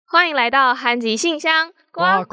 欢迎来到憨吉信箱，呱呱。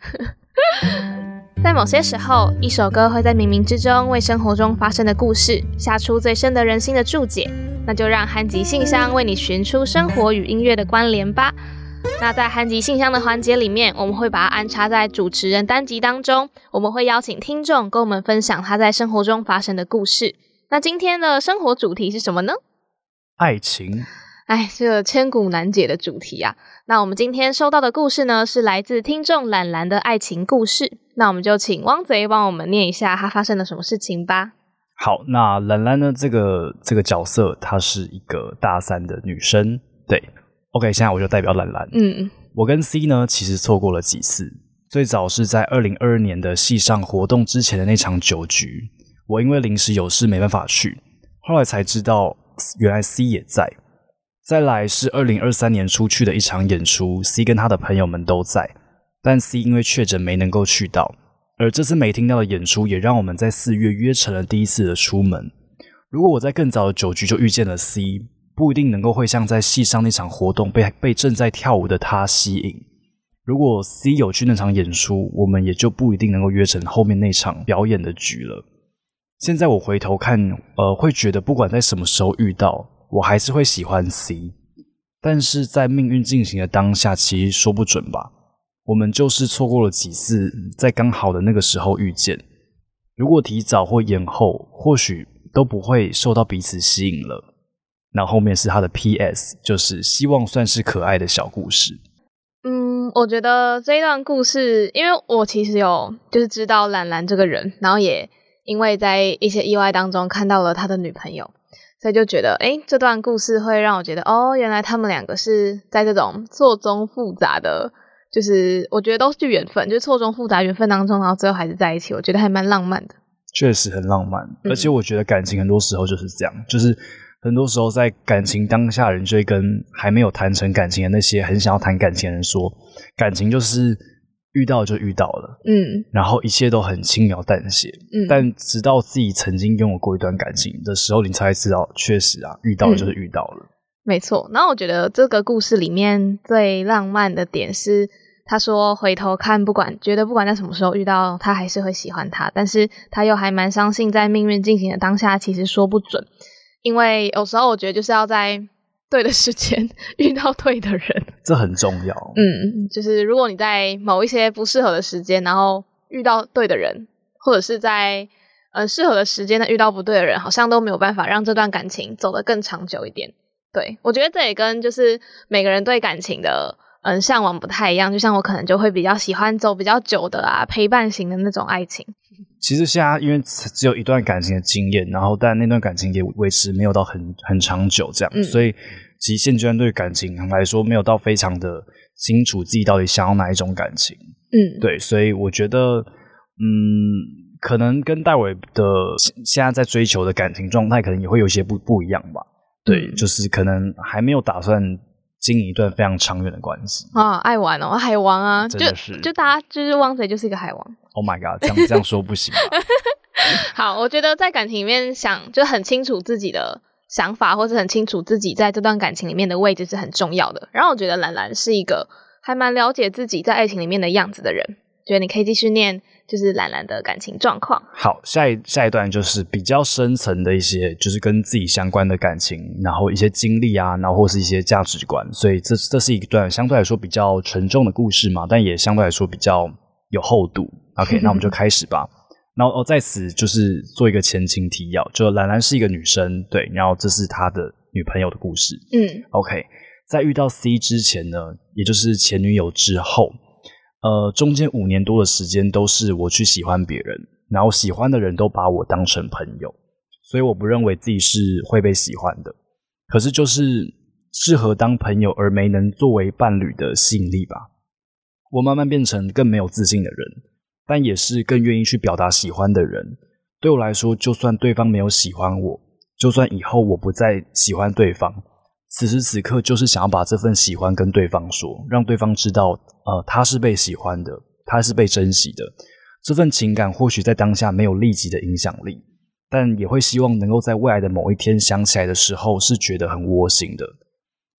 在某些时候，一首歌会在冥冥之中为生活中发生的故事下出最深得人心的注解，那就让憨吉信箱为你寻出生活与音乐的关联吧。那在憨吉信箱的环节里面，我们会把它安插在主持人单集当中，我们会邀请听众跟我们分享他在生活中发生的故事。那今天的生活主题是什么呢？ 爱情。 这个千古难解的主题啊。那我们今天收到的故事呢，是来自听众懒懒的爱情故事。那我们就请汪贼帮我们念一下他发生了什么事情吧。 好，那懒懒呢，这个角色她是一个大三的女生，对 OK， 现在我就代表懒懒。我跟 C 呢其实错过了几次，最早是在2022年的系上活动之前的那场酒局，我因为临时有事没办法去，后来才知道原来 C 也在。再来是2023年出去的一场演出， C 跟他的朋友们都在，但 C 因为确诊没能够去到，而这次没听到的演出也让我们在4月约成了第一次的出门。如果我在更早的酒局就遇见了 C， 不一定能够会像在系上那场活动被正在跳舞的他吸引。如果 C 有去那场演出，我们也就不一定能够约成后面那场表演的局了。现在我回头看，会觉得不管在什么时候遇到，我还是会喜欢 C， 但是在命运进行的当下，其实说不准吧。我们就是错过了几次在刚好的那个时候遇见，如果提早或延后，或许都不会受到彼此吸引了。那后面是他的 PS， 就是希望算是可爱的小故事。 我觉得这一段故事，因为我其实有就是知道懒懒这个人，然后也因为在一些意外当中看到了他的女朋友，所以就觉得这段故事会让我觉得原来他们两个是在这种错综复杂的，就是我觉得都是缘分，就是错综复杂缘分当中，然后最后还是在一起，我觉得还蛮浪漫的。 确实很浪漫，而且我觉得感情很多时候就是这样，就是很多时候在感情当下，人就会跟还没有谈成感情的那些很想要谈感情的人说，感情就是遇到就遇到了，然后一切都很轻描淡写，但直到自己曾经拥有过一段感情的时候，你才知道，确实啊，遇到就是遇到了。 没错。然后我觉得这个故事里面最浪漫的点是，他说回头看，觉得不管在什么时候遇到他，还是会喜欢他，但是他又还蛮相信在命运进行的当下，其实说不准，因为有时候我觉得就是要在对的时间遇到对的人， 这很重要。 就是如果你在某一些不适合的时间，然后遇到对的人，或者是在适合的时间遇到不对的人，好像都没有办法让这段感情走得更长久一点。对，我觉得这也跟就是每个人对感情的向往不太一样，就像我可能就会比较喜欢走比较久的陪伴型的那种爱情。 其实现在因为只有一段感情的经验，然后但那段感情也维持没有到很长久这样，所以其实现阶段对感情来说没有到非常的清楚自己到底想要哪一种感情。对，所以我觉得可能跟戴伟的现在在追求的感情状态可能也会有一些不一样吧。对，就是可能还没有打算经营一段非常长远的关系爱玩海王啊， 真的是就大家就是汪贼就是一个海王。 Oh my god， 这样说不行吧？ 好，我觉得在感情里面就很清楚自己的想法，或是很清楚自己在这段感情里面的位置是很重要的。然后我觉得懒懒是一个还蛮了解自己在爱情里面的样子的人，觉得你可以继续念就是懒懒的感情状况。 好，下一段就是比较深层的一些就是跟自己相关的感情，然后一些经历啊，然后或是一些价值观，所以这是一段相对来说比较沉重的故事嘛，但也相对来说比较有厚度。OK， 那我们就开始吧。然后在此就是做一个前情提要，就兰兰是一个女生，对，然后这是她的女朋友的故事。OK， 在遇到 C 之前呢，也就是前女友之后，中间5年多的时间都是我去喜欢别人，然后喜欢的人都把我当成朋友，所以我不认为自己是会被喜欢的。可是就是适合当朋友而没能作为伴侣的吸引力吧。我慢慢变成更没有自信的人，但也是更愿意去表达喜欢的人。对我来说，就算对方没有喜欢我，就算以后我不再喜欢对方，此时此刻就是想要把这份喜欢跟对方说，让对方知道他是被喜欢的，他是被珍惜的。这份情感或许在当下没有立即的影响力，但也会希望能够在未来的某一天想起来的时候是觉得很窝心的。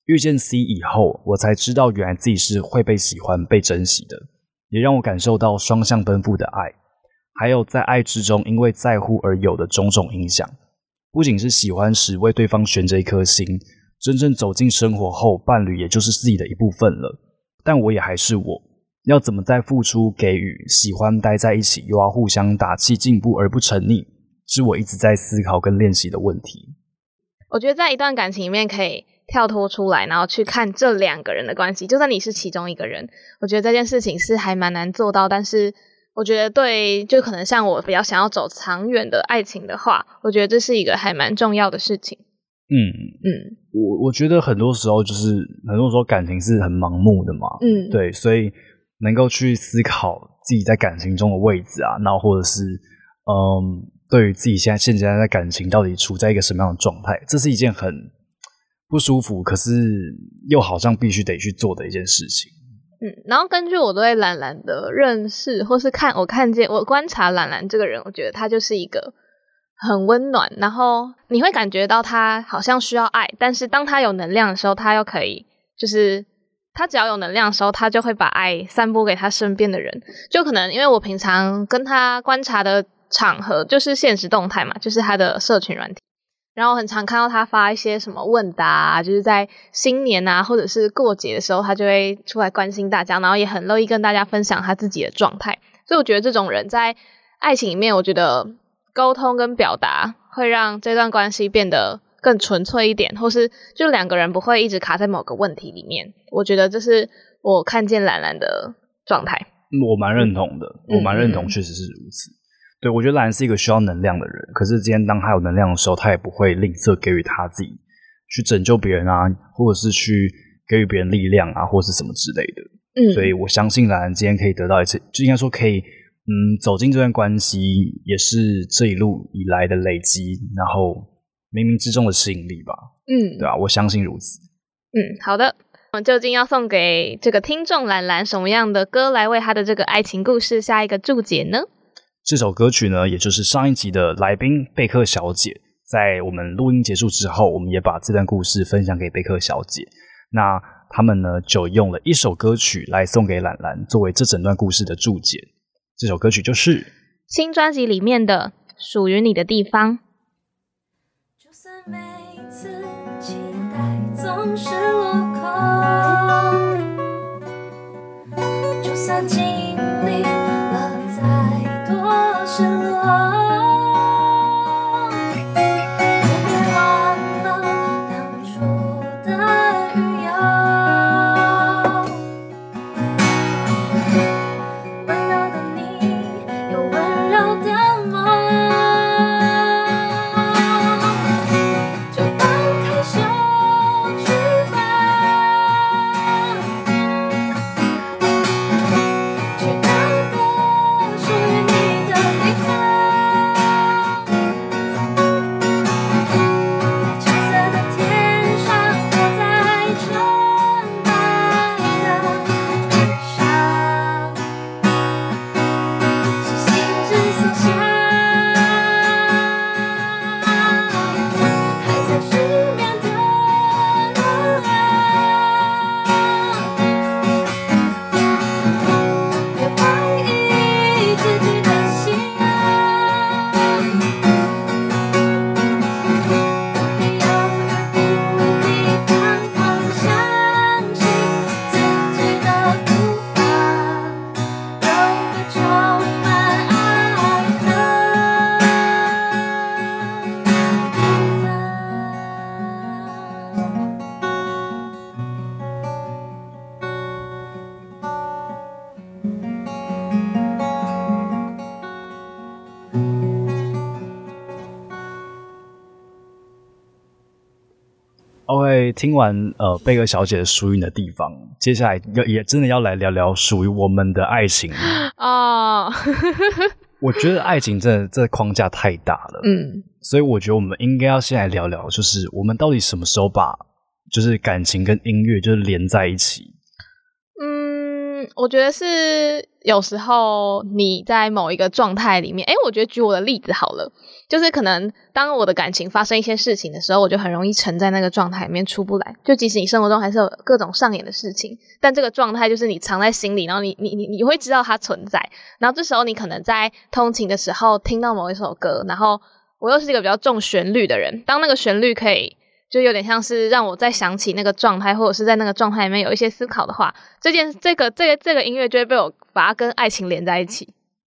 遇见 C 以后，我才知道原来自己是会被喜欢、被珍惜的，也让我感受到双向奔赴的爱，还有在爱之中因为在乎而有的种种影响。不仅是喜欢时为对方悬着一颗心，真正走进生活后，伴侣也就是自己的一部分了。但我也还是我，要怎么在付出、给予、喜欢待在一起，又要互相打气进步而不沉溺，是我一直在思考跟练习的问题。 我觉得在一段感情里面可以跳脱出来，然后去看这两个人的关系，就算你是其中一个人，我觉得这件事情是还蛮难做到，但是我觉得对，就可能像我比较想要走长远的爱情的话，我觉得这是一个还蛮重要的事情。 我觉得很多时候感情是很盲目的嘛，对，所以能够去思考自己在感情中的位置啊，然后或者是对于自己现在在感情到底处在一个什么样的状态，这是一件很不舒服，可是又好像必须得去做的一件事情。 然后根据我对兰兰的认识，或是我观察兰兰这个人，我觉得她就是一个很温暖，然后你会感觉到她好像需要爱，但是当她有能量的时候，她又可以就是她只要有能量的时候，她就会把爱散播给她身边的人。就可能因为我平常跟她观察的场合就是现实动态嘛，就是她的社群软体，然后很常看到他发一些什么问答啊，就是在新年啊或者是过节的时候，他就会出来关心大家，然后也很乐意跟大家分享他自己的状态。所以我觉得这种人在爱情里面，我觉得沟通跟表达会让这段关系变得更纯粹一点，或是就两个人不会一直卡在某个问题里面。我觉得这是我看见兰兰的状态。 我蛮认同的，我蛮认同，确实是如此。对，我觉得兰是一个需要能量的人，可是今天当他有能量的时候，他也不会吝啬给予他自己去拯救别人啊，或者是去给予别人力量啊，或是什么之类的。所以我相信兰今天可以得到一次，就应该说可以走进这段关系，也是这一路以来的累积，然后冥冥之中的吸引力吧。对啊，我相信如此。 好的，我们究竟要送给这个听众兰什么样的歌来为他的这个爱情故事下一个注解呢？ 这首歌曲呢，也就是上一集的来宾贝克小姐，在我们录音结束之后，我们也把这段故事分享给贝克小姐。那他们呢，就用了一首歌曲来送给兰作为这整段故事的注解。这首歌曲就是新专辑里面的《属于你的地方》。 就算每次期待总是落空，就算经历了再多失落，也别忘了当初的预游，温柔的你有温柔的梦，就放开手去吧，去那个属于你的地方，在橙色的天上，我在纯白的地上，是心之所向，还在失眠的路上，别怀疑自己的心，别犹豫不离，堂堂相信自己的步伐，有个充满爱的地 OK， 听完贝克小姐的属于你的地方，接下来也真的要来聊聊属于我们的爱情哦。 我觉得爱情真的这框架太大了，所以我觉得我们应该要先来聊聊，就是我们到底什么时候把就是感情跟音乐就是连在一起。 我觉得是有时候你在某一个状态里面，我觉得举我的例子好了，就是可能当我的感情发生一些事情的时候，我就很容易沉在那个状态里面出不来，就即使你生活中还是有各种上演的事情，但这个状态就是你藏在心里，然后你会知道它存在，然后这时候你可能在通勤的时候听到某一首歌，然后我又是一个比较重旋律的人，当那个旋律可以就有点像是让我再想起那个状态，或者是在那个状态里面有一些思考的话，这个音乐就会被我把它跟爱情连在一起。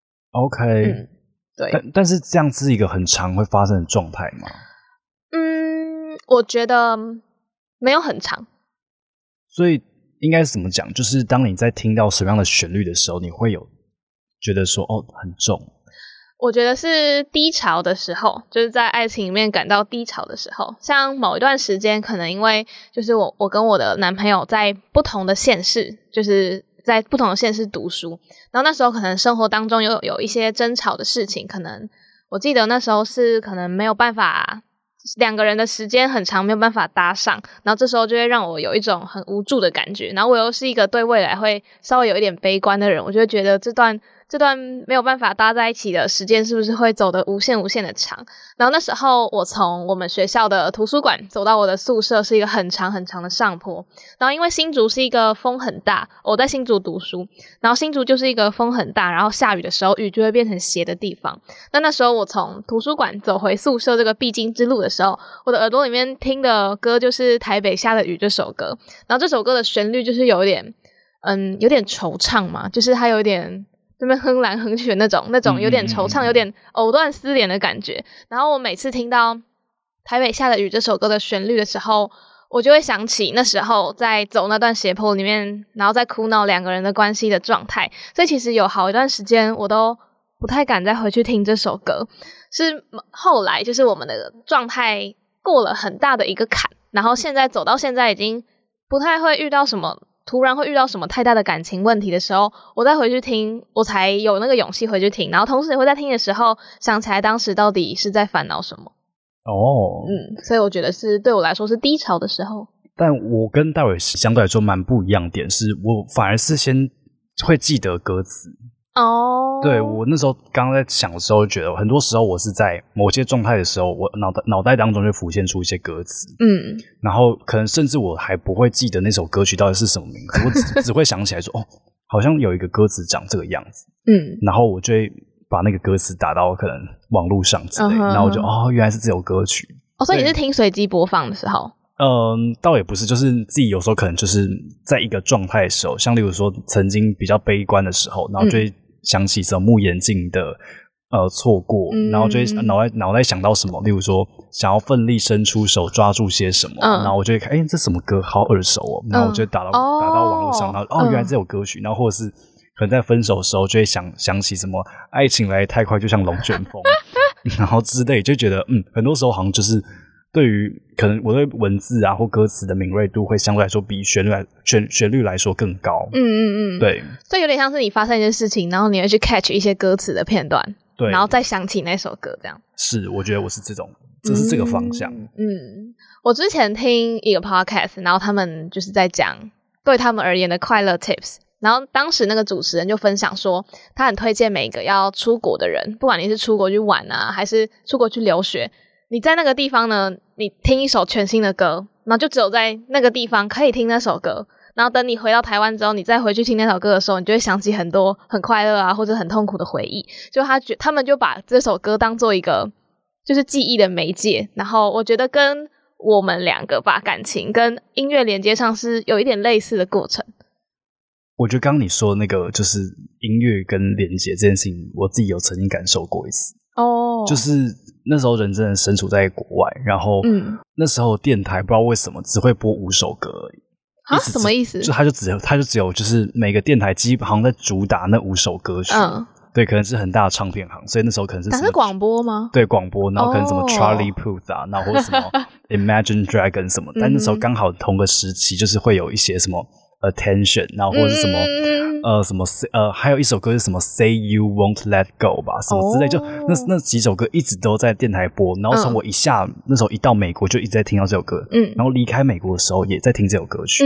OK， 对。 但是这样是一个很常会发生的状态吗？ 我觉得没有很长。 所以应该是怎么讲？就是当你在听到什么样的旋律的时候，你会有觉得说很重。 我觉得是低潮的时候，就是在爱情里面感到低潮的时候，像某一段时间，可能因为就是我跟我的男朋友在不同的县市，就是在不同的县市读书，然后那时候可能生活当中有一些争吵的事情，可能我记得那时候是可能没有办法，两个人的时间很长没有办法搭上，然后这时候就会让我有一种很无助的感觉，然后我又是一个对未来会稍微有一点悲观的人，我就会觉得这段没有办法搭在一起的时间是不是会走得无限的长。然后那时候我从我们学校的图书馆走到我的宿舍是一个很长的上坡，然后因为新竹是一个风很大，我在新竹读书，然后新竹就是一个风很大，然后下雨的时候雨就会变成斜的地方。那时候我从图书馆走回宿舍这个必经之路的时候，我的耳朵里面听的歌就是台北下的雨这首歌，然后这首歌的旋律就是有点惆怅嘛，就是它有点这边哼来哼去的那种有点惆怅有点藕断丝连的感觉。然后我每次听到台北下的雨这首歌的旋律的时候，我就会想起那时候在走那段斜坡里面，然后在苦恼两个人的关系的状态，所以其实有好一段时间我都不太敢再回去听这首歌。是后来就是我们的状态过了很大的一个坎，然后现在走到现在已经不太会突然会遇到什么太大的感情问题的时候，我再回去听，我才有那个勇气回去听，然后同时也会在听的时候想起来当时到底是在烦恼什么。所以我觉得是对我来说是低潮的时候。 但我跟戴伟相对来说蛮不一样的点是，我反而是先会记得歌词。对，我那时候刚刚在想的时候，觉得很多时候我是在某些状态的时候，我脑袋当中就浮现出一些歌词，然后可能甚至我还不会记得那首歌曲到底是什么名字，我只会想起来说好像有一个歌词长这个样子，然后我就会把那个歌词打到可能网络上之类，然后我就原来是这首歌曲。 所以你是听随机播放的时候？ 倒也不是，就是自己有时候可能就是在一个状态的时候，像例如说曾经比较悲观的时候，然后就会想起什么木眼镜的错过，然后就会脑袋想到什么，例如说想要奋力伸出手抓住些什么，然后我就会看，这什么歌好耳熟哦，然后我就打到网络上，然后原来这首歌曲，然后或者是可能在分手的时候就会想起什么爱情来太快就像龙卷风然后之类，就觉得很多时候好像就是对于可能我对文字啊或歌词的敏锐度会相对来说比旋律来说更高。对， 所以有点像是你发生一件事情，然后你会去 catch 一些歌词的片段，对，然后再想起那首歌，这样。 是，我觉得我是这是这个方向。 我之前听一个 podcast， 然后他们就是在讲对他们而言的快乐 tips， 然后当时那个主持人就分享说，他很推荐每一个要出国的人，不管你是出国去玩啊，还是出国去留学，你在那个地方呢，你听一首全新的歌，然后就只有在那个地方可以听那首歌，然后等你回到台湾之后，你再回去听那首歌的时候，你就会想起很多很快乐啊或者很痛苦的回忆。就他们就把这首歌当做一个就是记忆的媒介，然后我觉得跟我们两个把感情跟音乐连接上是有一点类似的过程。 我觉得刚刚你说的那个就是音乐跟连接这件事情，我自己有曾经感受过一次。就是那时候人真的身处在国外，然后那时候电台不知道为什么只会播5首歌而已。 什么意思？ 就它就只有就是每个电台基本上在主打那5首歌曲。对，可能是很大的唱片行，所以那时候可能是什么？ 是广播吗？ 对，广播，然后可能什么 Charlie Puth 啊，然后或者什么 Imagine Dragon 什么，但那时候刚好同个时期，就是会有一些什么 Attention， 然后或者是什么什么还有一首歌是什么 Say You Won't Let Go 吧，什么之类，就那几首歌一直都在电台播，然后从我那时候一到美国就一直在听到这首歌，然后离开美国的时候也在听这首歌曲，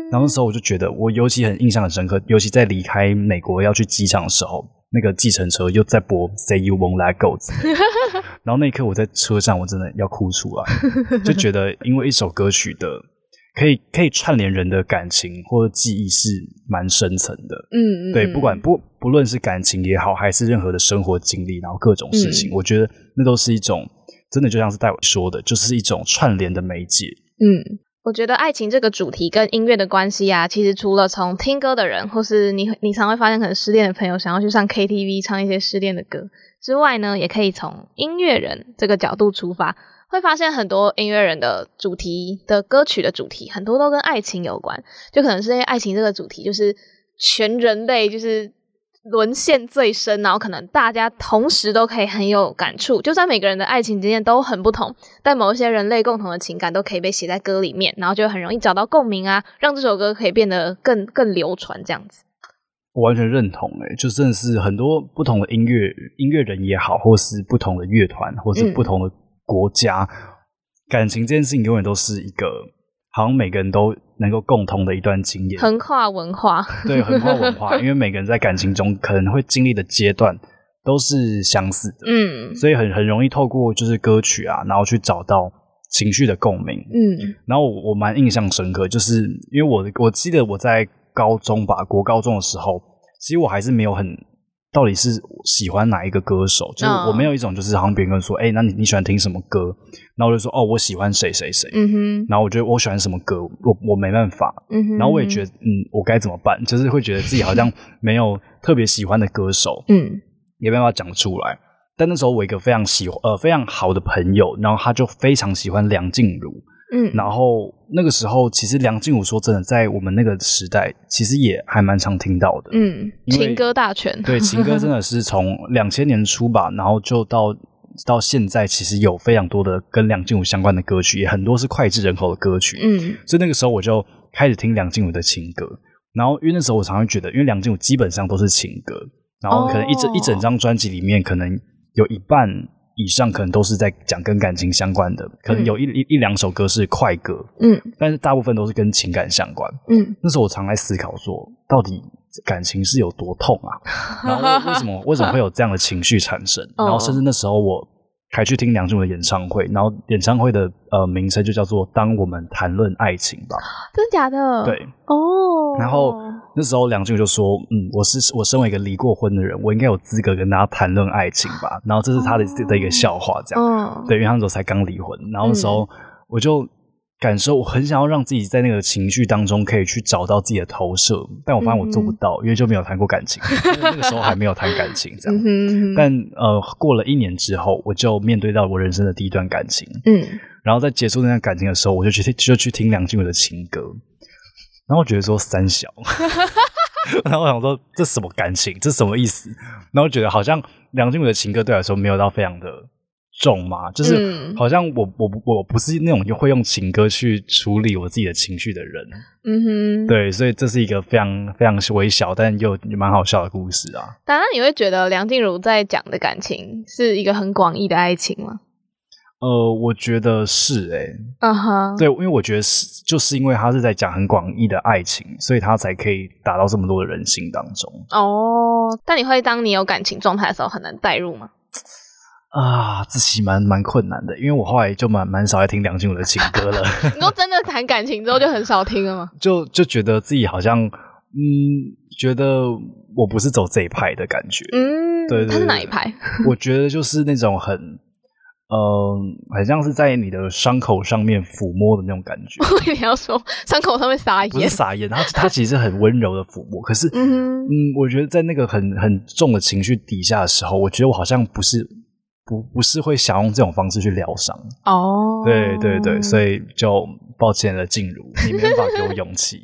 然后那时候我就觉得我尤其很印象很深刻，尤其在离开美国要去机场的时候，那个计程车又在播 Say You Won't Let Go 然后那一刻我在车上我真的要哭出来，就觉得因为一首歌曲的可以串联人的感情或者记忆是蛮深层的。对，不论是感情也好，还是任何的生活经历，然后各种事情，我觉得那都是一种真的就像是戴伟说的，就是一种串联的媒介。 我觉得爱情这个主题跟音乐的关系啊，其实除了从听歌的人，或是你常会发现可能失恋的朋友想要去上 KTV 唱一些失恋的歌之外呢，也可以从音乐人这个角度出发，会发现很多音乐人的主题的歌曲的主题很多都跟爱情有关，就可能是因为爱情这个主题就是全人类就是沦陷最深，然后可能大家同时都可以很有感触，就算每个人的爱情经验都很不同，但某一些人类共同的情感都可以被写在歌里面，然后就很容易找到共鸣啊，让这首歌可以变得更流传这样子。 我完全认同就真的是很多不同的音乐人也好，或是不同的乐团，或是不同的国家，感情这件事情永远都是一个好像每个人都能够共同的一段经验， 横跨文化。 对，横跨文化，因为每个人在感情中可能会经历的阶段都是相似的，所以很容易透过就是歌曲啊，然后去找到情绪的共鸣。然后我蛮印象深刻，就是因为我记得我在高中吧，国高中的时候，其实我还是没有很到底是喜欢哪一个歌手，就是我没有一种就是好像别人跟我说那你喜欢听什么歌，然后我就说我喜欢谁谁谁，然后我觉得我喜欢什么歌，我没办法，然后我也觉得我该怎么办，就是会觉得自己好像没有特别喜欢的歌手，也没办法讲出来。但那时候我一个非常好的朋友，然后他就非常喜欢梁静茹，然后那个时候其实梁静茹说真的在我们那个时代其实也还蛮常听到的， 情歌大全。对， 情歌真的是从2000年初吧，然后就到现在其实有非常多的跟梁静茹相关的歌曲，也很多是脍炙人口的歌曲，所以那个时候我就开始听梁静茹的情歌，然后因为那时候我常常觉得因为梁静茹基本上都是情歌，然后可能一整张专辑里面可能有一半以上可能都是在讲跟感情相关的，可能有一两首歌是快歌，但是大部分都是跟情感相关。那时候我常在思考说，到底感情是有多痛啊？然后为什么会有这样的情绪产生？然后甚至那时候我还去听梁静茹的演唱会，然后演唱会的名称就叫做《当我们谈论爱情吧》。 真的假的？ 对然后那时候梁静茹就说我身为一个离过婚的人，我应该有资格跟大家谈论爱情吧，然后这是他的一个笑话这样。对，因为他那时候才刚离婚，然后那时候我就感受，我很想要让自己在那个情绪当中可以去找到自己的投射，但我发现我做不到，因为就没有谈过感情，那个时候还没有谈感情这样。但过了1年之后，我就面对到我人生的第一段感情，然后在结束那段感情的时候，我就去听梁静茹的情歌，然后我觉得说三小然后我想说这什么感情，这什么意思，然后觉得好像梁静茹的情歌对我来说没有到非常的重嘛，就是好像我不是那种会用情歌去处理我自己的情绪的人。对，所以这是一个非常非常微小但又蛮好笑的故事啊。 当然你会觉得梁静茹在讲的感情是一个很广义的爱情吗？ 我觉得是对，因为我觉得就是因为他是在讲很广义的爱情，所以他才可以达到这么多的人心当中。 但你会当你有感情状态的时候很难代入吗？ 这其实蛮困难的，因为我后来就蛮少在听梁静茹的情歌了。 你说真的谈感情之后就很少听了吗？ 就觉得自己好像觉得我不是走这一派的感觉。对， 他是哪一派？ 我觉得就是那种很像是在你的伤口上面抚摸的那种感觉。 我以为你要说伤口上面撒盐， 不是撒盐，它其实是很温柔的抚摸。可是我觉得在那个很重的情绪底下的时候，我觉得我好像不是会想用这种方式去疗伤。对对对，所以就抱歉了静茹，你没办法给我勇气。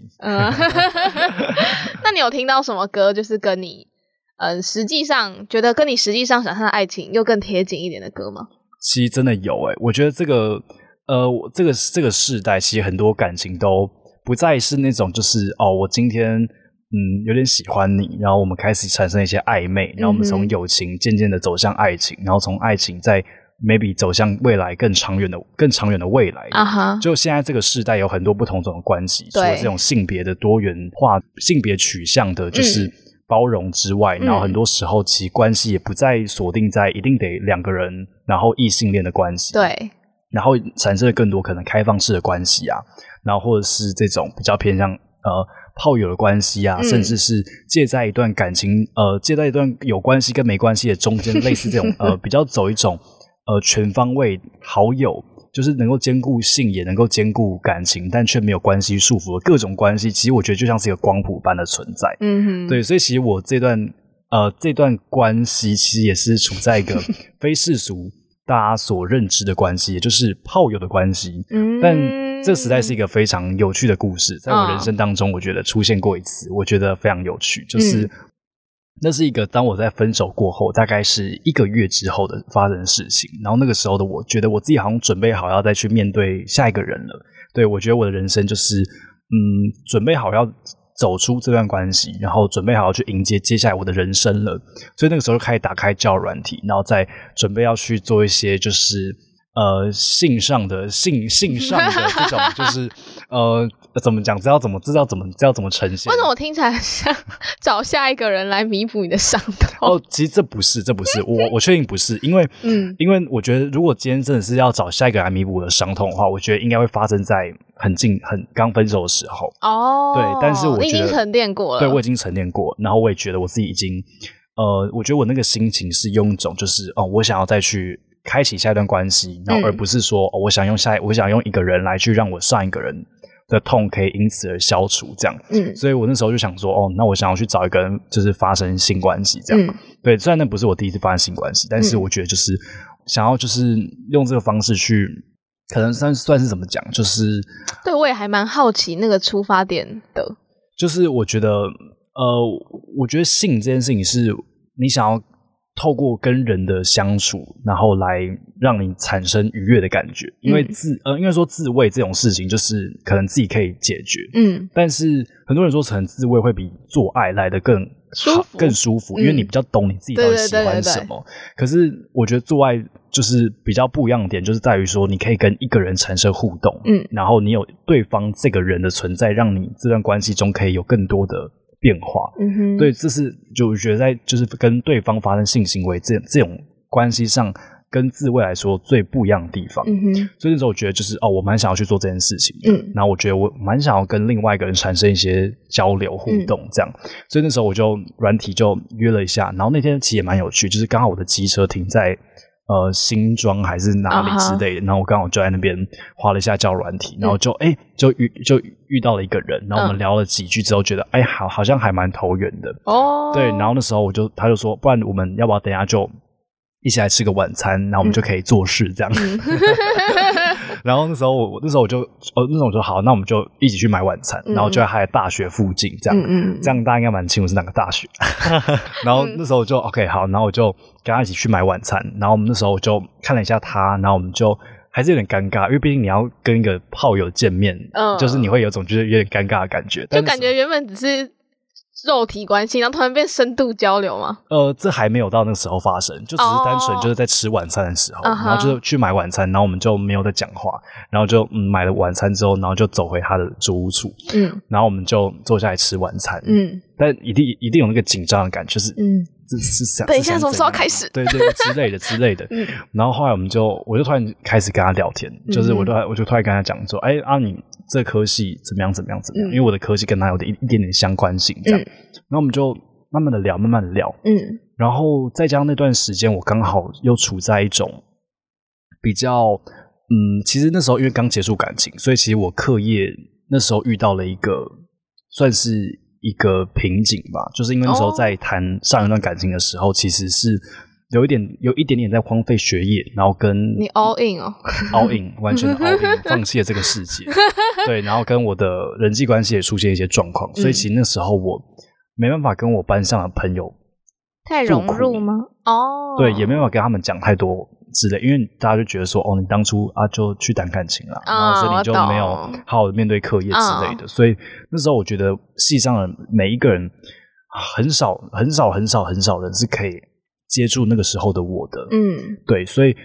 那你有听到什么歌就是跟你实际上觉得跟你实际上想象的爱情又更贴近一点的歌吗？ 其实真的有我觉得这个这个世代其实很多感情都不再是那种就是我今天有点喜欢你，然后我们开始产生一些暧昧，然后我们从友情渐渐的走向爱情，然后从爱情再 maybe 走向未来更长远的未来就现在这个世代有很多不同种的关系，除了这种性别的多元化、性别取向的就是包容之外，然后很多时候其实关系也不再锁定在一定得2个人然后异性恋的关系， 对， 然后产生了更多可能开放式的关系啊，然后或者是这种比较偏向炮友的关系啊，甚至是介在一段感情介在一段有关系跟没关系的中间，类似这种比较走一种全方位好友，就是能够兼顾性也能够兼顾感情，但却没有关系束缚的各种关系，其实我觉得就像是一个光谱般的存在。对，所以其实我这段关系其实也是处在一个非世俗大家所认知的关系，也就是炮友的关系。但这实在是一个非常有趣的故事，在我人生当中我觉得出现过一次，我觉得非常有趣，就是那是一个当我在分手过后大概是1个月之后的发生的事情，然后那个时候的我觉得我自己好像准备好要再去面对下一个人了，对，我觉得我的人生就是准备好要走出这段关系，然后准备好要去迎接接下来我的人生了，所以那个时候就开始打开交友软体，然后再准备要去做一些就是性上的这种就是怎么讲，知道怎么呈现。 为什么我听起来像找下一个人来弥补你的伤痛？ 其实这不是我确定不是，因为我觉得如果今天真的是要找下一个人来弥补我的伤痛的话，我觉得应该会发生在很刚分手的时候。对，但是我觉得你已经沉淀过了。 对，我已经沉淀过，然后我也觉得我自己已经我觉得我那个心情是用一种就是我想要再去开启下一段关系，然后而不是说我想用一个人来去让我上一个人的痛可以因此而消除这样。所以我那时候就想说那我想要去找一个人就是发生性关系这样。对，虽然那不是我第一次发生性关系，但是我觉得就是想要就是用这个方式去可能算是怎么讲，就是对，我也还蛮好奇那个出发点的， 就是我觉得性这件事情是你想要透过跟人的相处，然后来让你产生愉悦的感觉。因为应该说自慰这种事情，就是可能自己可以解决。但是很多人说，可能自慰会比做爱来得更舒服，因为你比较懂你自己到底喜欢什么。可是我觉得做爱就是比较不一样的点，就是在于说你可以跟一个人产生互动，然后你有对方这个人的存在，让你这段关系中可以有更多的变化。对，这是就我觉得在就是跟对方发生性行为这种关系上，跟自慰来说最不一样的地方。所以那时候我觉得就是我蛮想要去做这件事情的。然后我觉得我蛮想要跟另外一个人产生一些交流互动这样。所以那时候我就软体就约了一下，然后那天其实也蛮有趣，就是刚好我的机车停在新庄还是哪里之类的，然后我刚好就在那边滑了一下交友软体，然后就遇到了一个人，然后我们聊了几句之后，觉得好像还蛮投缘的。对，然后那时候他就说，不然我们要不要等一下就一起来吃个晚餐，然后我们就可以做事这样。然后那时候我就好，那我们就一起去买晚餐，然后就在他的大学附近这样。这样大家应该蛮清楚是哪个大学。然后那时候我就 OK 好，然后我就跟他一起去买晚餐，然后我们那时候我就看了一下他，然后我们就还是有点尴尬，因为毕竟你要跟一个炮友见面，就是你会有种就是有点尴尬的感觉， 就感觉原本只是肉体关系，然后突然变深度交流吗？ 这还没有到那个时候发生，就只是单纯就是在吃晚餐的时候，然后就去买晚餐，然后我们就没有在讲话，然后就买了晚餐之后，然后就走回他的住屋处，然后我们就坐下来吃晚餐，但一定有那个紧张的感觉，就是这是想等一下什么时候开始？ 对之类的。然后后来我就突然开始跟他聊天，就是我就突然跟他讲说，你这科系怎么样？因为我的科系跟他有一点点相关性，这样。然后我们就慢慢的聊，然后再加上那段时间，我刚好又处在一种比较其实那时候因为刚结束感情，所以其实我课业那时候遇到了一个算是一个瓶颈吧，就是因为那时候在谈上一段感情的时候，其实是有一点点在荒废学业，然后跟你 all in all in 完全的 all in 放弃了这个世界。对，然后跟我的人际关系也出现一些状况，所以其实那时候我没办法跟我班上的朋友太融入吗？ 对，也没办法跟他们讲太多之类，因为大家就觉得说你当初就去谈感情了，然后所以你就没有好好的面对课业之类的，所以那时候我觉得系上的每一个人很少人是可以接住那个时候的我的。对，所以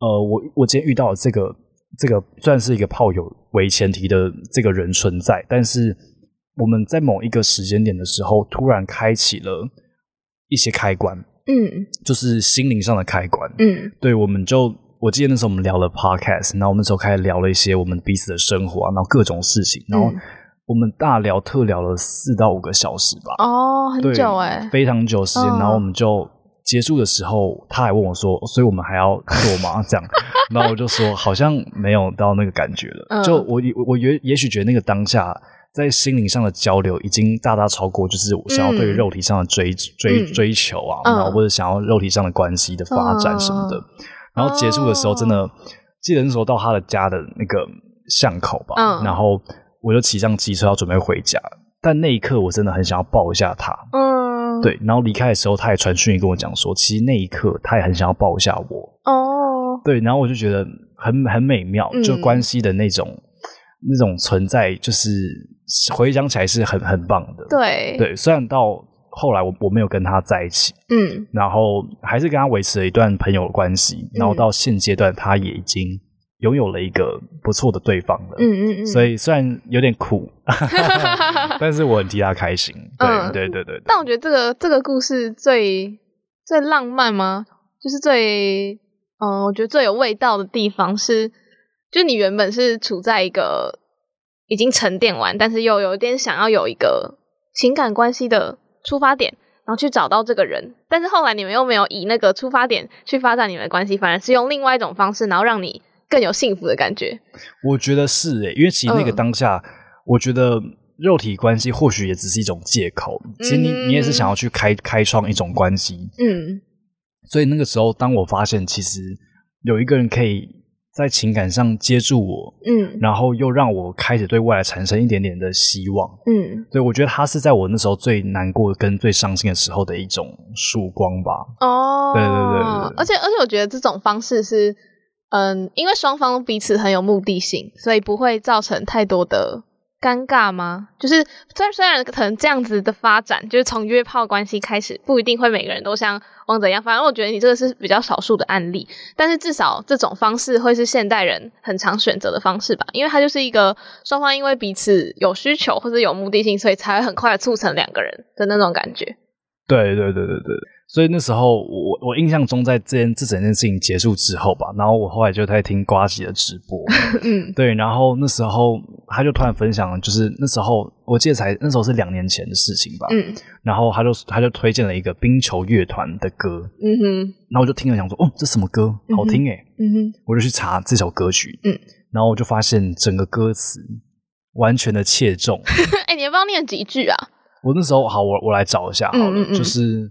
我今天遇到的这个算是一个炮友为前提的这个人存在，但是我们在某一个时间点的时候，突然开启了一些开关，就是心灵上的开关，对，我记得那时候我们聊了 podcast， 然后我们那时候开始聊了一些我们彼此的生活啊，然后各种事情，然后我们大聊特聊了4到5个小时吧， 很久欸， 非常久的时间，然后我们就结束的时候，他还问我说：“所以我们还要做吗？”这样，然后我就说：“好像没有到那个感觉了。”就我也许觉得那个当下在心灵上的交流已经大大超过，就是我想要对于肉体上的追求啊，然后或者想要肉体上的关系的发展什么的。然后结束的时候，真的记得那时候到他的家的那个巷口吧，然后我就骑上机车要准备回家，但那一刻我真的很想要抱一下他。对，然后离开的时候，他也传讯跟我讲说，其实那一刻他也很想要抱一下我。对，然后我就觉得很美妙，就关系的那种存在，就是回想起来是很棒的。对，虽然到后来我没有跟他在一起，然后还是跟他维持了一段朋友的关系，然后到现阶段他也已经拥有了一个不错的对方了，所以虽然有点苦，但是我很替他开心。对。 但我觉得这个故事最浪漫吗？就是我觉得最有味道的地方是，就你原本是处在一个已经沉淀完，但是又有点想要有一个情感关系的出发点，然后去找到这个人，但是后来你们又没有以那个出发点去发展你们的关系，反而是用另外一种方式，然后让你更有幸福的感觉。我觉得是因为其实那个当下，我觉得肉体关系或许也只是一种借口，其实你也是想要去开创一种关系，所以那个时候当我发现其实有一个人可以在情感上接住我，然后又让我开始对未来产生一点点的希望，对，我觉得他是在我那时候最难过跟最伤心的时候的一种曙光吧。对， 而且我觉得这种方式是因为双方彼此很有目的性，所以不会造成太多的尴尬吗？就是虽然可能这样子的发展，就是从约炮关系开始，不一定会每个人都像王者一样。反正我觉得你这个是比较少数的案例，但是至少这种方式会是现代人很常选择的方式吧，因为它就是一个双方因为彼此有需求或者有目的性，所以才会很快的促成两个人的那种感觉。 对，所以那时候我印象中在这整件事情结束之后吧，然后我后来就在听呱吉的直播，对，然后那时候他就突然分享了，就是那时候我记得那时候是2年前的事情吧，然后他就推荐了一个冰球乐团的歌，然后我就听了想说，这什么歌，好听耶，我就去查这首歌曲，然后我就发现整个歌词完全的切中， 你要不要念几句啊？ 我那时候好，我来找一下好了，就是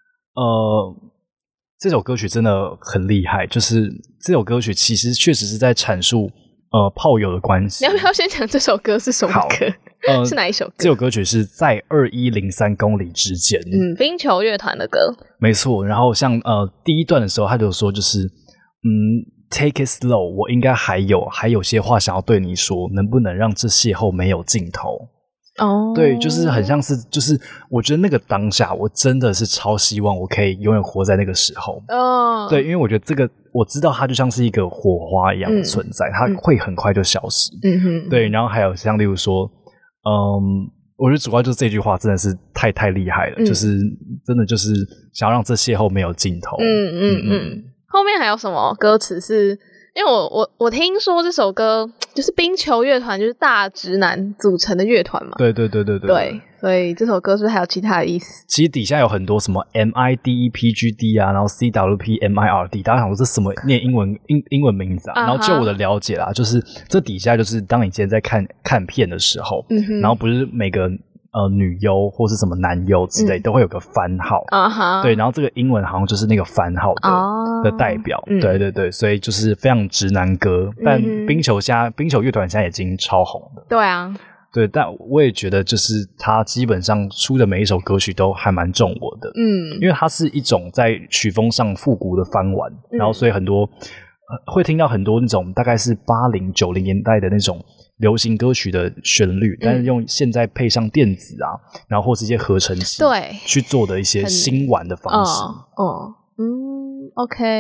这首歌曲真的很厉害，就是这首歌曲其实确实是在阐述炮友的关系。 你要不要先讲这首歌是什么歌？是哪一首歌？ 这首歌曲是在2103公里之间， 冰球乐团的歌， 没错。然后像第一段的时候，他就说就是take it slow， 我应该还有些话想要对你说，能不能让这邂逅没有尽头？对，就是很像是，就是我觉得那个当下，我真的是超希望我可以永远活在那个时候。对，因为我觉得这个我知道它就像是一个火花一样的存在，它会很快就消失。对，然后还有像例如说，我觉得主要就是这句话真的是太厉害了，就是真的就是想要让这邂逅没有尽头。 后面还有什么歌词是？因为我听说这首歌就是冰球乐团，就是大直男组成的乐团嘛。对，所以这首歌是不是还有其他的意思？ 其实底下有很多什么 MIDEPGD 啊，然后 CWPMIRD， 大家想说这什么念英文名字啊？然后就我的了解啦，就是这底下就是当你今天在看片的时候，然后不是每个女优或是什么男优之类都会有个番号，对，然后这个英文好像就是那个番号的代表，对，所以就是非常直男歌，但冰球乐团现在已经超红了， 对啊， 对，但我也觉得就是他基本上出的每一首歌曲都还蛮中我的，因为它是一种在曲风上复古的翻玩，然后所以很多会听到很多那种大概是80、90年代的那种流行歌曲的旋律，但是用现在配上电子啊，然后或是一些合成器， 对， 去做的一些新玩的方式。 OK，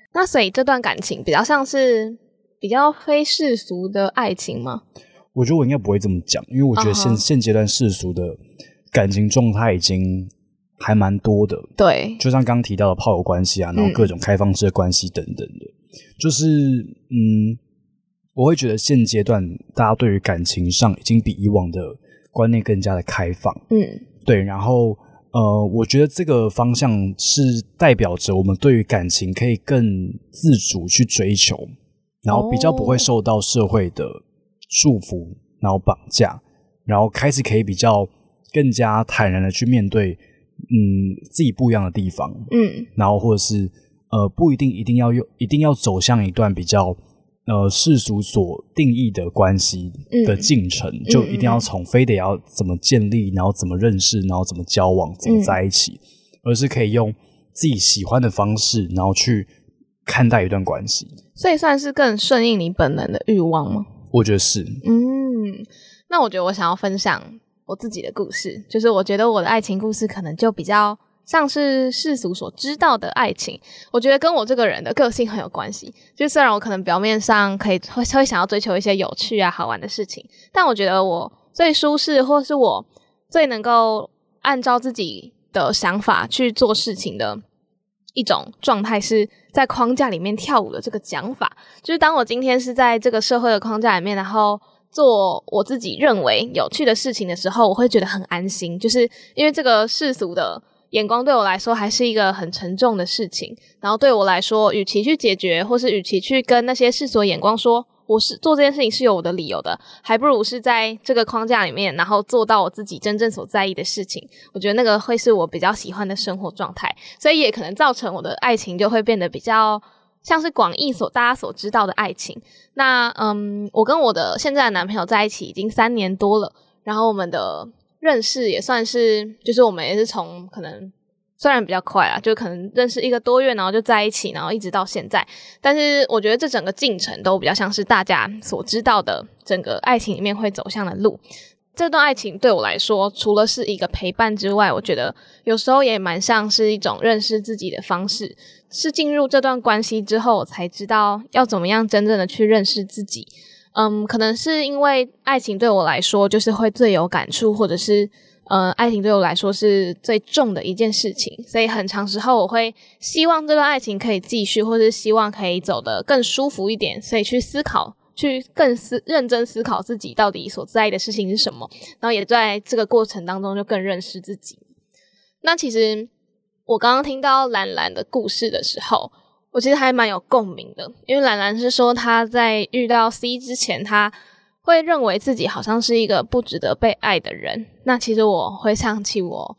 那所以这段感情比较像是比较非世俗的爱情吗？ 我觉得我应该不会这么讲，因为我觉得现阶段世俗的感情状态已经还蛮多的。 对， 就像刚刚提到的炮友关系啊，然后各种开放式的关系等等的，就是我会觉得现阶段大家对于感情上已经比以往的观念更加的开放。对，然后我觉得这个方向是代表着我们对于感情可以更自主去追求，然后比较不会受到社会的束缚，然后绑架，然后开始可以比较更加坦然的去面对自己不一样的地方，然后或者是不一定要走向一段比较世俗所定义的关系的进程，就一定要非得要怎么建立，然后怎么认识，然后怎么交往，怎么在一起，而是可以用自己喜欢的方式，然后去看待一段关系。 所以算是更顺应你本能的欲望吗？ 我觉得是。 那我觉得我想要分享我自己的故事，就是我觉得我的爱情故事可能就比较像是世俗所知道的爱情，我觉得跟我这个人的个性很有关系。就虽然我可能表面上会想要追求一些有趣啊好玩的事情，但我觉得我最舒适或是我最能够按照自己的想法去做事情的一种状态是在框架里面跳舞的这个讲法。就是当我今天是在这个社会的框架里面，然后做我自己认为有趣的事情的时候，我会觉得很安心，就是因为这个世俗的眼光对我来说还是一个很沉重的事情，然后对我来说，与其去解决，或是与其去跟那些世俗的眼光说我是做这件事情是有我的理由的，还不如是在这个框架里面，然后做到我自己真正所在意的事情。我觉得那个会是我比较喜欢的生活状态，所以也可能造成我的爱情就会变得比较像是广义大家所知道的爱情。那我跟我的现在的男朋友在一起已经3年多了，然后我们的认识也算是，就是我们也是从可能虽然比较快啦，就可能认识1个多月，然后就在一起，然后一直到现在。但是我觉得这整个进程都比较像是大家所知道的整个爱情里面会走向的路。这段爱情对我来说，除了是一个陪伴之外，我觉得有时候也蛮像是一种认识自己的方式。是进入这段关系之后，我才知道要怎么样真正的去认识自己。可能是因为爱情对我来说就是会最有感触，或者是爱情对我来说是最重的一件事情，所以很长时候我会希望这段爱情可以继续，或是希望可以走得更舒服一点，所以去思考，去更认真思考自己到底所在意的事情是什么，然后也在这个过程当中就更认识自己。那其实我刚刚听到兰兰的故事的时候，我其实还蛮有共鸣的，因为兰兰是说她在遇到 C 之前，她会认为自己好像是一个不值得被爱的人。那其实我回想起我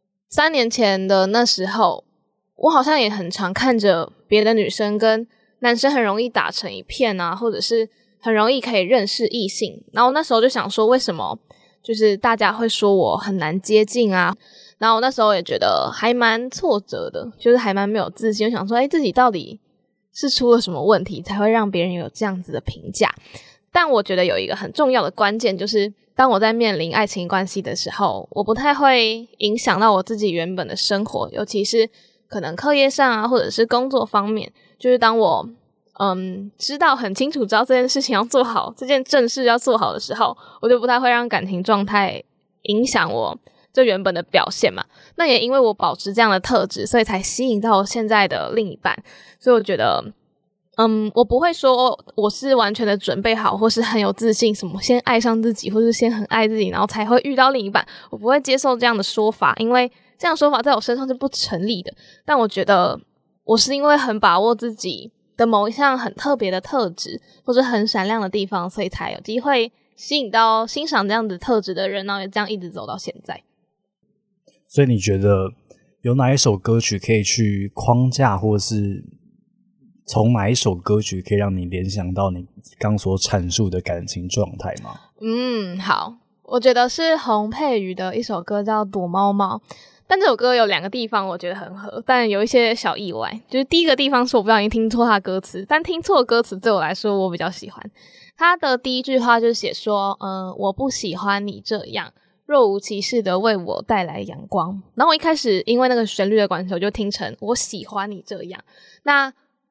3年前的那时候，我好像也很常看着别的女生跟男生很容易打成一片啊，或者是很容易可以认识异性，然后那时候就想说为什么就是大家会说我很难接近啊，然后我那时候也觉得还蛮挫折的，就是还蛮没有自信，我想说自己到底是出了什么问题才会让别人有这样子的评价。但我觉得有一个很重要的关键，就是当我在面临爱情关系的时候，我不太会影响到我自己原本的生活，尤其是可能课业上啊，或者是工作方面。就是当我很清楚知道这件事情要做好，这件正事要做好的时候，我就不太会让感情状态影响我这原本的表现嘛。那也因为我保持这样的特质，所以才吸引到我现在的另一半。所以我觉得我不会说我是完全的准备好，或是很有自信，什么先爱上自己，或是先很爱自己，然后才会遇到另一半。我不会接受这样的说法，因为这样说法在我身上是不成立的。但我觉得我是因为很把握自己的某一项很特别的特质，或是很闪亮的地方，所以才有机会吸引到欣赏这样子特质的人，然后也这样一直走到现在。 所以你觉得有哪一首歌曲可以去框架，或是从哪一首歌曲可以让你联想到你刚所阐述的感情状态吗？ 好，我觉得是洪佩瑜的一首歌叫《躲猫猫》，但这首歌有2个地方我觉得很合，但有一些小意外。就是第一个地方是我不小心听错他的歌词，但听错歌词对我来说我比较喜欢。他的第一句话就写说我不喜欢你这样若无其事的为我带来阳光。然后我一开始因为那个旋律的关系，我就听成我喜欢你这样。那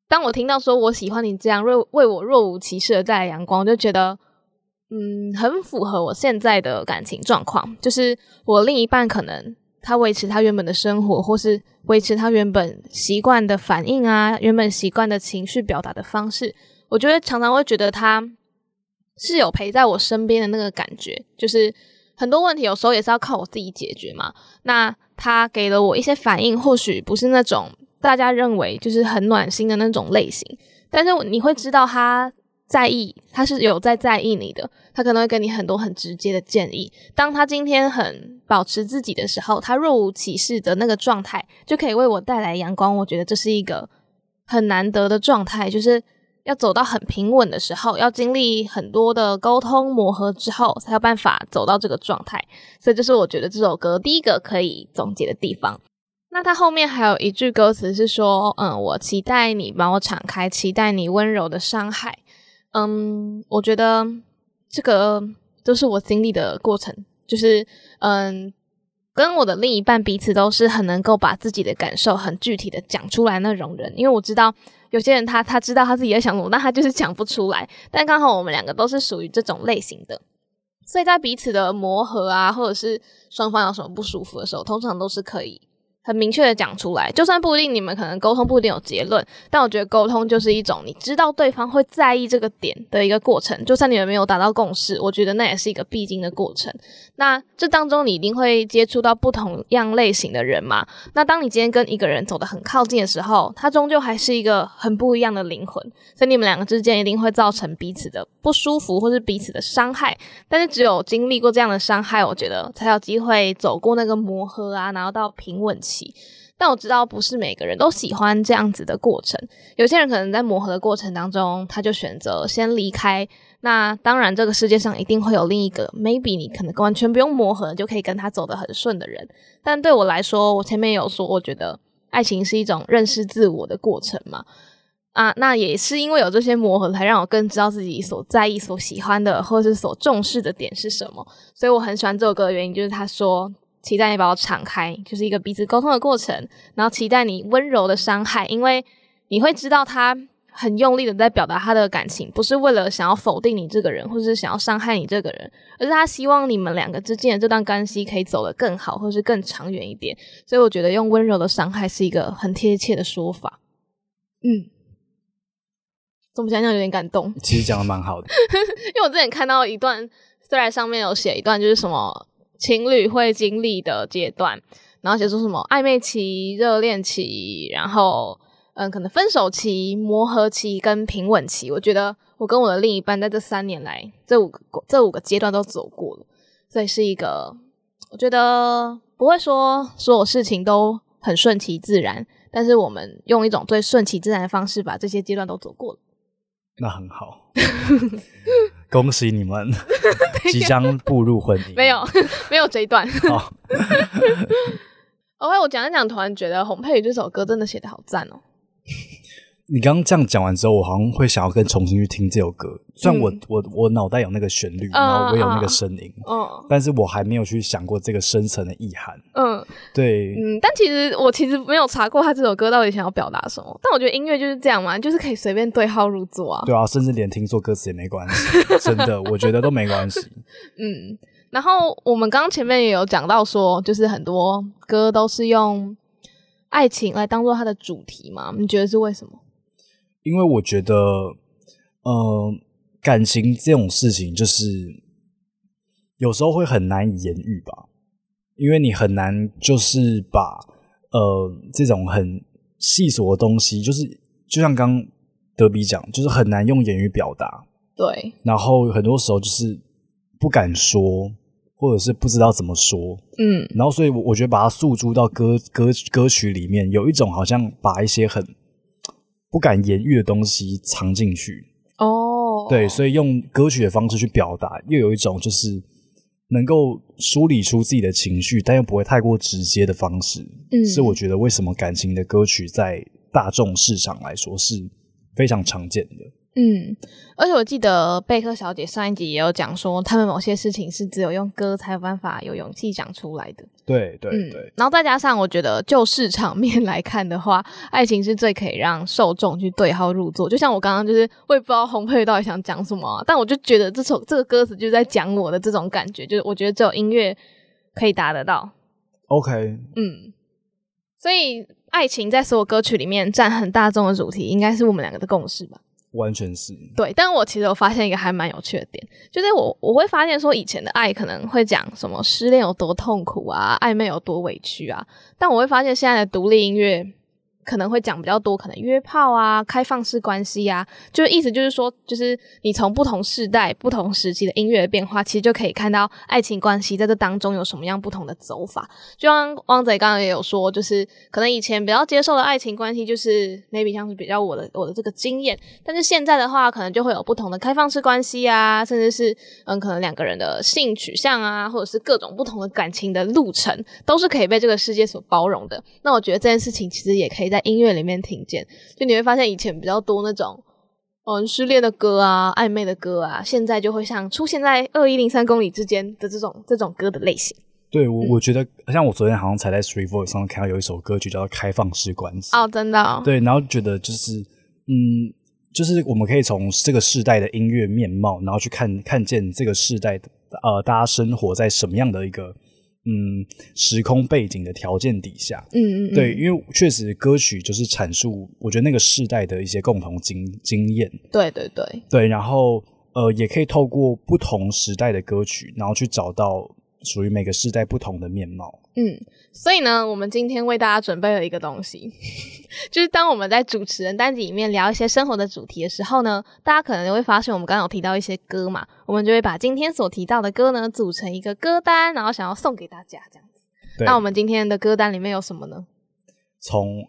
当我听到说我喜欢你这样为我若无其事的带来阳光，我就觉得很符合我现在的感情状况，就是我另一半可能他维持他原本的生活，或是维持他原本习惯的反应啊，原本习惯的情绪表达的方式，我觉得常常会觉得他是有陪在我身边的那个感觉，就是很多问题有时候也是要靠我自己解决嘛。那他给了我一些反应，或许不是那种大家认为就是很暖心的那种类型，但是你会知道他在意，他是有在意你的，他可能会给你很多很直接的建议。当他今天很保持自己的时候，他若无其事的那个状态就可以为我带来阳光，我觉得这是一个很难得的状态，就是要走到很平稳的时候，要经历很多的沟通磨合之后才有办法走到这个状态。所以这是我觉得这首歌第一个可以总结的地方。那它后面还有一句歌词是说我期待你把我敞开，期待你温柔的伤害。我觉得这个都是我经历的过程，就是跟我的另一半彼此都是很能够把自己的感受很具体的讲出来那种人。因为我知道有些人他知道他自己在想什么，但他就是讲不出来，但刚好我们两个都是属于这种类型的，所以在彼此的磨合啊，或者是双方有什么不舒服的时候，通常都是可以很明确的讲出来。就算不一定你们可能沟通不一定有结论，但我觉得沟通就是一种你知道对方会在意这个点的一个过程。就算你们没有达到共识，我觉得那也是一个必经的过程。那这当中你一定会接触到不同样类型的人嘛，那当你今天跟一个人走得很靠近的时候，他终究还是一个很不一样的灵魂，所以你们两个之间一定会造成彼此的不舒服或是彼此的伤害。但是只有经历过这样的伤害，我觉得才有机会走过那个磨合啊，然后到平稳期。但我知道不是每个人都喜欢这样子的过程，有些人可能在磨合的过程当中他就选择先离开。那当然这个世界上一定会有另一个 maybe 你可能完全不用磨合就可以跟他走得很顺的人，但对我来说，我前面有说我觉得爱情是一种认识自我的过程嘛，那也是因为有这些磨合才让我更知道自己所在意所喜欢的或是所重视的点是什么。所以我很喜欢这首歌的原因就是他说期待你把我敞开，就是一个彼此沟通的过程，然后期待你温柔的伤害，因为你会知道他很用力的在表达他的感情，不是为了想要否定你这个人或是想要伤害你这个人，而是他希望你们两个之间的这段关系可以走得更好或是更长远一点。所以我觉得用温柔的伤害是一个很贴切的说法。怎么讲讲有点感动， 其实讲得蛮好的因为我之前看到一段，虽然上面有写一段就是什么情侣会经历的阶段，然后写出什么暧昧期、热恋期，然后可能分手期、磨合期跟平稳期。我觉得我跟我的另一半在这3年来这五个阶段都走过了，所以是一个我觉得不会说所有事情都很顺其自然，但是我们用一种最顺其自然的方式把这些阶段都走过了。 那很好恭喜你们即将步入婚姻。 没有这一段好 OK， 我讲一讲，突然觉得洪佩瑜这首歌真的写得好赞哦。 你刚刚这样讲完之后，我好像会想要更重新去听这首歌。虽然我脑袋有那个旋律，然后我有那个声音，但是我还没有去想过这个深层的意涵。对， 但我其实没有查过他这首歌到底想要表达什么。但我觉得音乐就是这样嘛，就是可以随便对号入座啊。 对啊，甚至连听错歌词也没关系，真的，我觉得都没关系。 然后我们刚刚前面也有讲到说，就是很多歌都是用爱情来当做它的主题嘛，你觉得是为什么？ 因为我觉得感情这种事情就是有时候会很难以言喻吧，因为你很难就是把这种很细琐的东西，就是就像刚德比讲，就是很难用言语表达。 对， 然后很多时候就是不敢说，或者是不知道怎么说，然后所以我觉得把它诉诸到歌曲里面，有一种好像把一些很不敢言喻的东西藏进去。对，所以用歌曲的方式去表达，又有一种就是能够梳理出自己的情绪，但又不会太过直接的方式，是我觉得为什么感情的歌曲在大众市场来说是非常常见的。 而且我记得贝克小姐上一集也有讲说，他们某些事情是只有用歌才有办法有勇气讲出来的。 对， 然后再加上我觉得就市场面来看的话，爱情是最可以让受众去对号入座。就像我刚刚就是我也不知道洪佩瑜到底想讲什么但我就觉得这个歌词就是在讲我的这种感觉，就是我觉得只有音乐可以达得到。 OK， 所以爱情在所有歌曲里面占很大众的主题，应该是我们两个的共识吧？ 完全是。 对，但我其实有发现一个还蛮有趣的点，就是我会发现说以前的爱可能会讲什么失恋有多痛苦啊，暧昧有多委屈啊，但我会发现现在的独立音乐可能会讲比较多，可能约炮啊、开放式关系啊，就是意思就是说，就是你从不同世代、不同时期的音乐的变化，其实就可以看到爱情关系在这当中有什么样不同的走法。就像汪贼刚刚也有说，就是可能以前比较接受的爱情关系，就是 maybe 像是比较我的这个经验，但是现在的话，可能就会有不同的开放式关系啊，甚至是可能两个人的性取向啊，或者是各种不同的感情的路程，都是可以被这个世界所包容的。那我觉得这件事情其实也可以在音乐里面听见，就你会发现以前比较多那种失恋的歌啊、暧昧的歌啊，现在就会像出现在2103公里之间的这种歌的类型。 对，我觉得像我昨天好像才在 Street Voice 上看到有一首歌曲叫做开放式关系真的对，然后觉得就是就是我们可以从这个世代的音乐面貌，然后去看见这个世代的大家生活在什么样的一个时空背景的条件底下。对，因为确实歌曲就是阐述我觉得那个世代的一些共同经验。对，然后也可以透过不同时代的歌曲，然后去找到属于每个世代不同的面貌。 所以呢，我们今天为大家准备了一个东西，就是当我们在主持人单集里面聊一些生活的主题的时候呢，大家可能会发现我们刚刚有提到一些歌嘛，我们就会把今天所提到的歌呢组成一个歌单，然后想要送给大家这样子。那我们今天的歌单里面有什么呢？ 从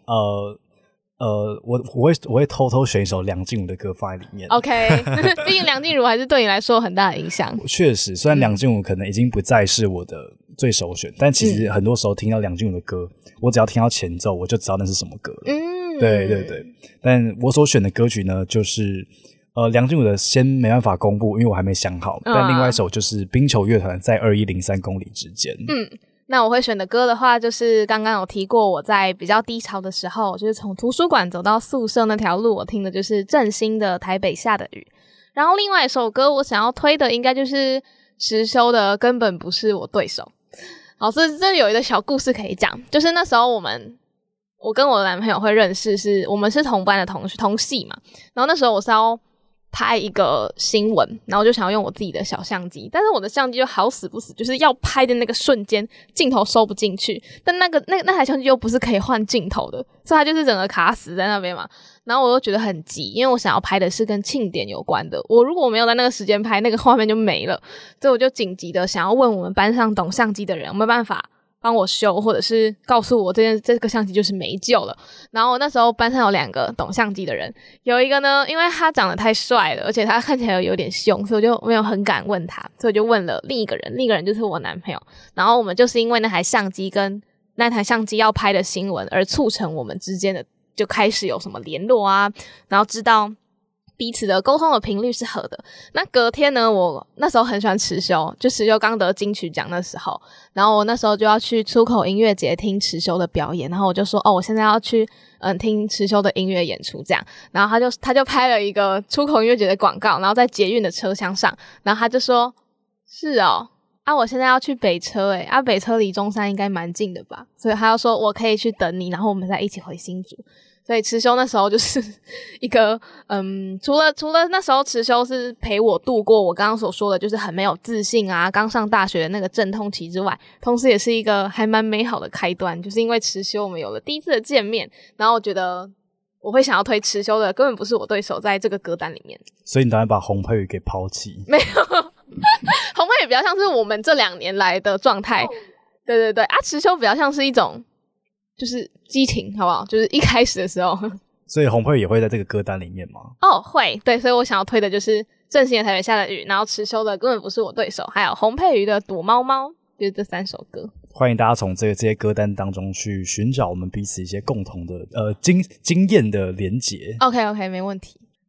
我会偷偷选一首梁静茹的歌放在里面。 OK， 毕竟梁静茹还是对你来说有很大的影响。 确实，虽然梁静茹可能已经不再是我的最首选，但其实很多时候听到梁静茹的歌，我只要听到前奏，我就知道那是什么歌了。对。但我所选的歌曲呢，就是梁静茹的先没办法公布，因为我还没想好。但另外一首就是冰球乐团在2103公里之间。 那我会选的歌的话，就是刚刚有提过，我在比较低潮的时候，就是从图书馆走到宿舍那条路，我听的就是郑兴的《台北下的雨》。然后另外一首歌我想要推的，应该就是实修的《根本不是我对手》。好，这有一个小故事可以讲，就是那时候我跟我的男朋友会认识，我们是同班的同系嘛。然后那时候我是要拍一个新闻，然后就想要用我自己的小相机，但是我的相机就好死不死，就是要拍的那个瞬间镜头收不进去，但那台相机又不是可以换镜头的，所以它就是整个卡死在那边嘛。然后我又觉得很急，因为我想要拍的是跟庆典有关的，我如果没有在那个时间拍，那个画面就没了，所以我就紧急的想要问我们班上懂相机的人有没有办法帮我修，或者是告诉我这个相机就是没救了。然后那时候班上有2个懂相机的人，有一个呢，因为他长得太帅了，而且他看起来有点凶，所以我就没有很敢问他，所以我就问了另一个人就是我男朋友。然后我们就是因为那台相机跟那台相机要拍的新闻而促成我们之间的就开始有什么联络啊，然后知道彼此的沟通的频率是合的。那隔天呢，我那时候很喜欢持修，就持修刚得金曲奖的时候，然后我那时候就要去出口音乐节听持修的表演，然后我就说我现在要去听持修的音乐演出这样。然后他就拍了一个出口音乐节的广告，然后在捷运的车厢上，然后他就说是我现在要去北车北车离中山应该蛮近的吧，所以他要说我可以去等你，然后我们再一起回新竹。所以持修那时候就是一个除了那时候持修是陪我度过我刚刚所说的就是很没有自信啊刚上大学的那个阵痛期之外，同时也是一个还蛮美好的开端，就是因为持修我们有了第一次的见面，然后我觉得我会想要推持修的根本不是我对手在这个歌单里面。所以你打算把洪佩瑜给抛弃？ 没有洪佩瑜比较像是我们这2年来的状态。对持修比较像是一种就是激情，好不好？就是一开始的时候。 所以洪佩瑜也会在这个歌单里面吗？ 会，对，所以我想要推的就是郑兴的《台北下的雨》，然后持修的根本不是我对手，还有洪佩瑜的《躲猫猫》，就是这3首歌。 欢迎大家从这些歌单当中去寻找我们彼此一些共同的经验的连结。 OK， 没问题。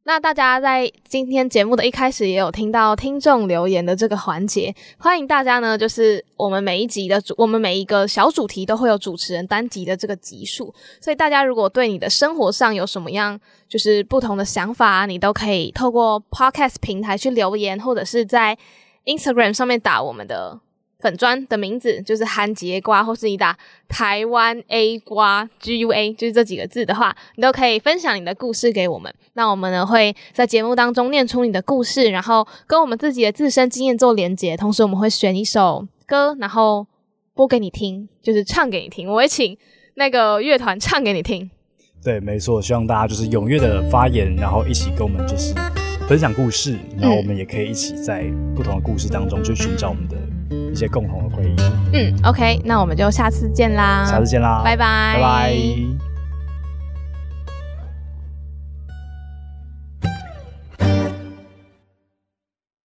那大家在今天节目的一开始也有听到听众留言的这个环节，欢迎大家呢，就是我们每一个小主题都会有主持人单集的这个集数，所以大家如果对你的生活上有什么样就是不同的想法啊，你都可以透过 Podcast 平台去留言，或者是在 Instagram 上面打我们的粉专的名字，就是韩节瓜，或是你打台湾 A 瓜 GUA， 就是这几个字的话，你都可以分享你的故事给我们。那我们呢会在节目当中念出你的故事，然后跟我们自己的自身经验做连结，同时我们会选一首歌，然后播给你听，就是唱给你听。我会请那个乐团唱给你听。 对，没错，希望大家就是踊跃的发言，然后一起跟我们就是分享故事，然后我们也可以一起在不同的故事当中去寻找我们的一些共同的回忆。 OK， 那我们就下次见啦！ 下次见啦， 拜拜， 拜拜。